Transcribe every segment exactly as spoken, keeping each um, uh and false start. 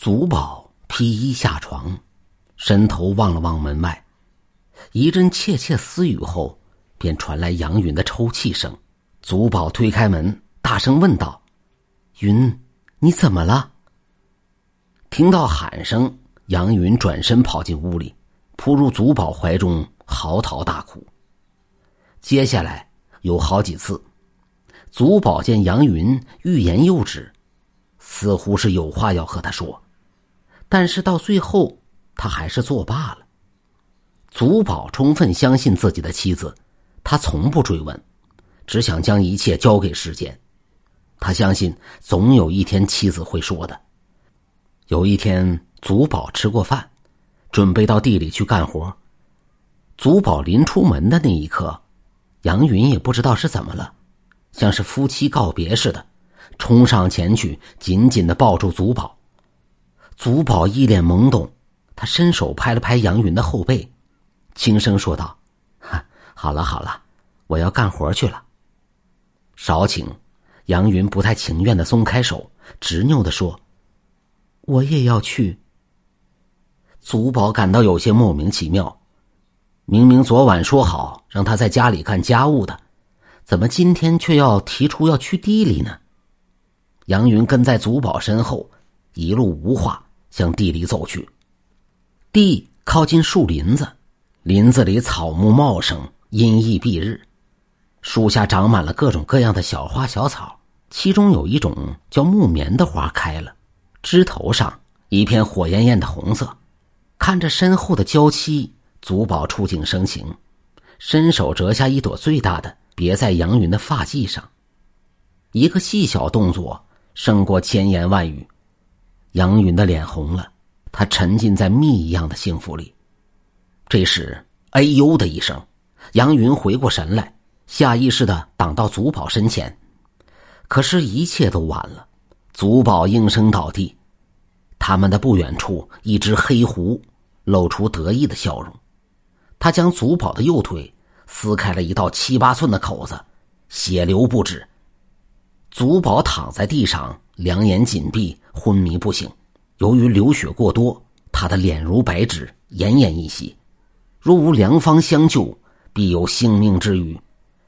祖宝披衣下床，伸头望了望门外，一阵窃窃私语后，便传来杨云的抽泣声。祖宝推开门，大声问道：“云，你怎么了？”听到喊声，杨云转身跑进屋里，扑入祖宝怀中，嚎啕大哭。接下来有好几次，祖宝见杨云欲言又止，似乎是有话要和他说，但是到最后他还是作罢了。祖宝充分相信自己的妻子，他从不追问，只想将一切交给时间。他相信总有一天妻子会说的。有一天，祖宝吃过饭，准备到地里去干活。祖宝临出门的那一刻，杨云也不知道是怎么了，像是夫妻告别似的，冲上前去紧紧地抱住祖宝。祖宝一脸懵懂，他伸手拍了拍杨云的后背，轻声说道：“好了好了，我要干活去了。”少顷，杨云不太情愿地松开手，执拗地说：“我也要去。”祖宝感到有些莫名其妙，明明昨晚说好让他在家里干家务的，怎么今天却要提出要去地里呢？杨云跟在祖宝身后，一路无话向地里走去。地靠近树林子，林子里草木茂盛，阴翳蔽日，树下长满了各种各样的小花小草，其中有一种叫木棉的花开了，枝头上一片火焰焰的红色。看着身后的娇妻，祖宝触景生情，伸手折下一朵最大的，别在杨云的发髻上。一个细小动作胜过千言万语。杨云的脸红了，他沉浸在蜜一样的幸福里。这时哎呦的一声，杨云回过神来，下意识地挡到祖宝身前。可是一切都晚了，祖宝应声倒地。他们的不远处，一只黑狐露出得意的笑容，他将祖宝的右腿撕开了一道七八寸的口子，血流不止。祖宝躺在地上，两眼紧闭，昏迷不醒。由于流血过多，他的脸如白纸，奄奄一息，若无良方相救，必有性命之虞。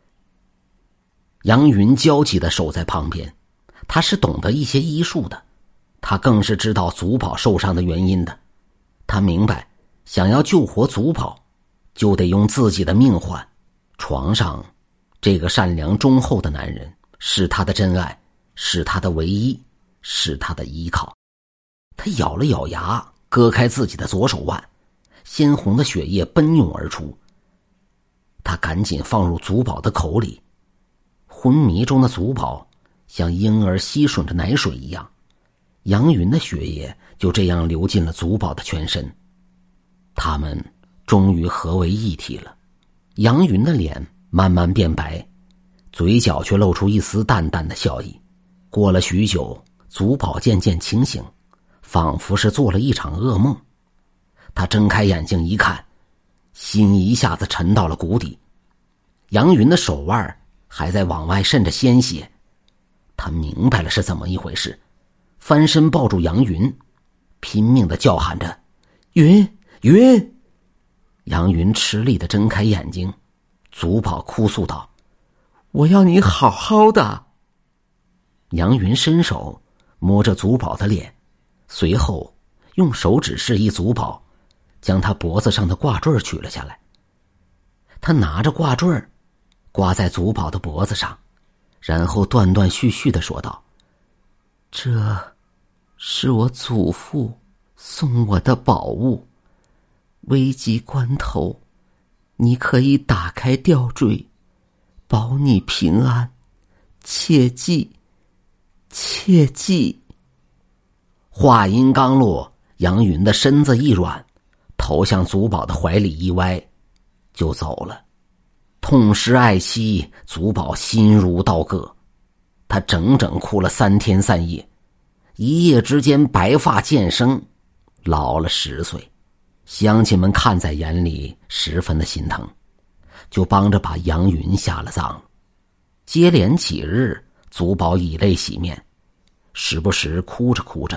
杨云焦急地守在旁边，他是懂得一些医术的，他更是知道祖宝受伤的原因的。他明白，想要救活祖宝，就得用自己的命换。床上这个善良忠厚的男人是他的真爱，是他的唯一，是他的依靠。他咬了咬牙，割开自己的左手腕，鲜红的血液奔涌而出。他赶紧放入祖宝的口里。昏迷中的祖宝像婴儿吸吮着奶水一样，杨云的血液就这样流进了祖宝的全身。他们终于合为一体了。杨云的脸慢慢变白，嘴角却露出一丝淡淡的笑意。过了许久，祖宝渐渐清醒，仿佛是做了一场噩梦。他睁开眼睛一看，心一下子沉到了谷底。杨云的手腕还在往外渗着鲜血，他明白了是怎么一回事，翻身抱住杨云，拼命地叫喊着：“云，云！”杨云吃力地睁开眼睛，祖宝哭诉道：“我要你好好的。”杨云伸手摸着祖宝的脸，随后用手指示意祖宝将他脖子上的挂坠取了下来。他拿着挂坠挂在祖宝的脖子上，然后断断续续地说道：“这是我祖父送我的宝物，危急关头你可以打开吊坠，保你平安，切记切记。”话音刚落，杨云的身子一软，头向祖宝的怀里一歪，就走了。痛失爱妻，祖宝心如刀割，他整整哭了三天三夜，一夜之间白发渐生，老了十岁。乡亲们看在眼里，十分的心疼，就帮着把杨云下了葬。接连几日，祖宝以泪洗面，时不时哭着哭着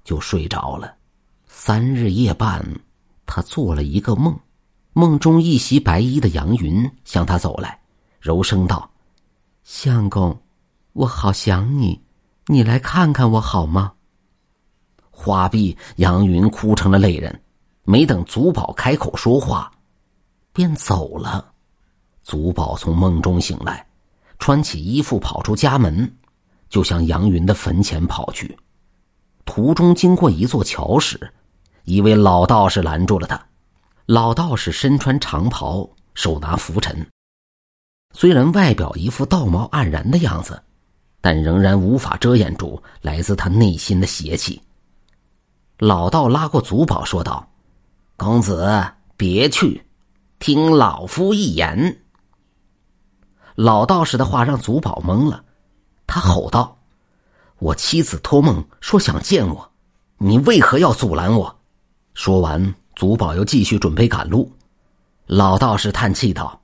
就睡着了。三日夜半，他做了一个梦，梦中一袭白衣的杨云向他走来，柔声道：相公，我好想你，你来看看我好吗？话毕，杨云哭成了泪人，没等祖宝开口说话，便走了。祖宝从梦中醒来，穿起衣服跑出家门，就向杨云的坟前跑去。途中经过一座桥时，一位老道士拦住了他。老道士身穿长袍，手拿拂尘，虽然外表一副道貌岸然的样子，但仍然无法遮掩住来自他内心的邪气。老道拉过祖宝说道：公子别去，听老夫一言。老道士的话让祖宝懵了，他吼道：我妻子托梦说想见我，你为何要阻拦我？说完，祖宝又继续准备赶路。老道士叹气道：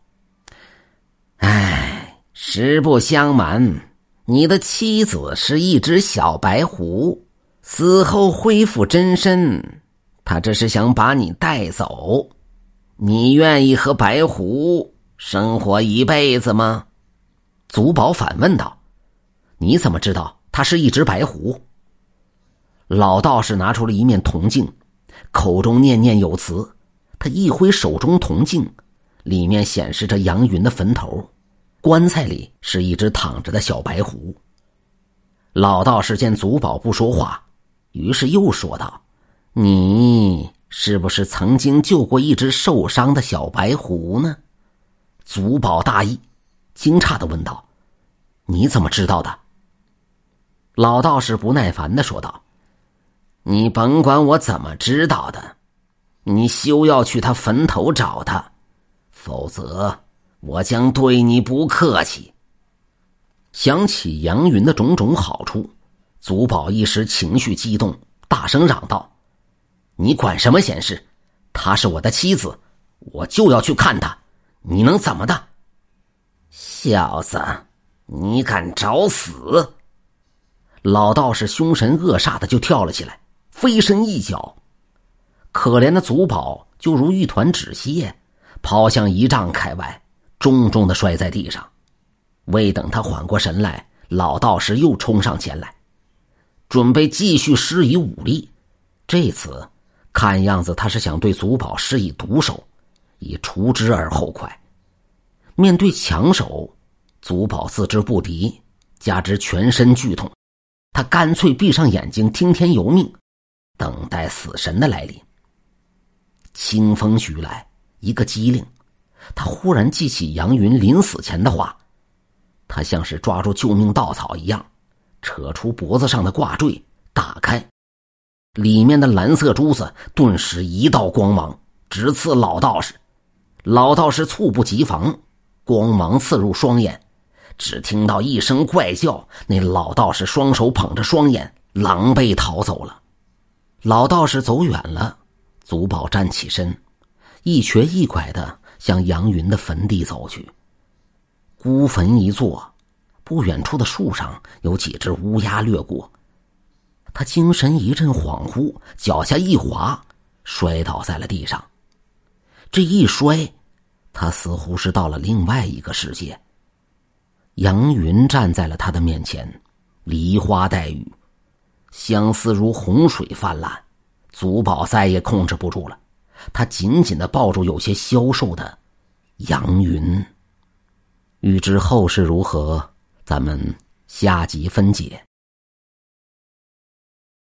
唉，实不相瞒，你的妻子是一只小白狐，死后恢复真身，她这是想把你带走。你愿意和白狐生活一辈子吗？祖宝反问道：你怎么知道她是一只白狐？老道士拿出了一面铜镜，口中念念有词，他一挥手中铜镜，里面显示着杨云的坟头，棺材里是一只躺着的小白狐。老道士见祖宝不说话，于是又说道：你是不是曾经救过一只受伤的小白狐呢？祖宝大意，惊诧地问道：你怎么知道的？老道士不耐烦地说道：你甭管我怎么知道的，你休要去他坟头找他，否则我将对你不客气。想起杨云的种种好处，祖宝一时情绪激动，大声嚷道：你管什么闲事？她是我的妻子，我就要去看她，你能怎么的？小子，你敢找死！老道士凶神恶煞的就跳了起来，飞身一脚，可怜的祖宝就如一团纸屑，抛向一丈开外，重重的摔在地上。未等他缓过神来，老道士又冲上前来，准备继续施以武力。这次看样子他是想对祖宝施以毒手，以除之而后快。面对强手，祖宝自知不敌，加之全身剧痛，他干脆闭上眼睛听天由命，等待死神的来临。清风徐来，一个机灵，他忽然记起杨云临死前的话，他像是抓住救命稻草一样，扯出脖子上的挂坠，打开，里面的蓝色珠子顿时一道光芒直刺老道士。老道士猝不及防，光芒刺入双眼，只听到一声怪叫，那老道士双手捧着双眼，狼狈逃走了。老道士走远了，祖宝站起身，一瘸一拐地向杨云的坟地走去。孤坟一座，不远处的树上有几只乌鸦掠过，他精神一阵恍惚，脚下一滑，摔倒在了地上。这一摔，他似乎是到了另外一个世界。杨云站在了他的面前，梨花带雨，相思如洪水泛滥。祖宝再也控制不住了，他紧紧地抱住有些消瘦的杨云。欲知后事如何，咱们下集分解。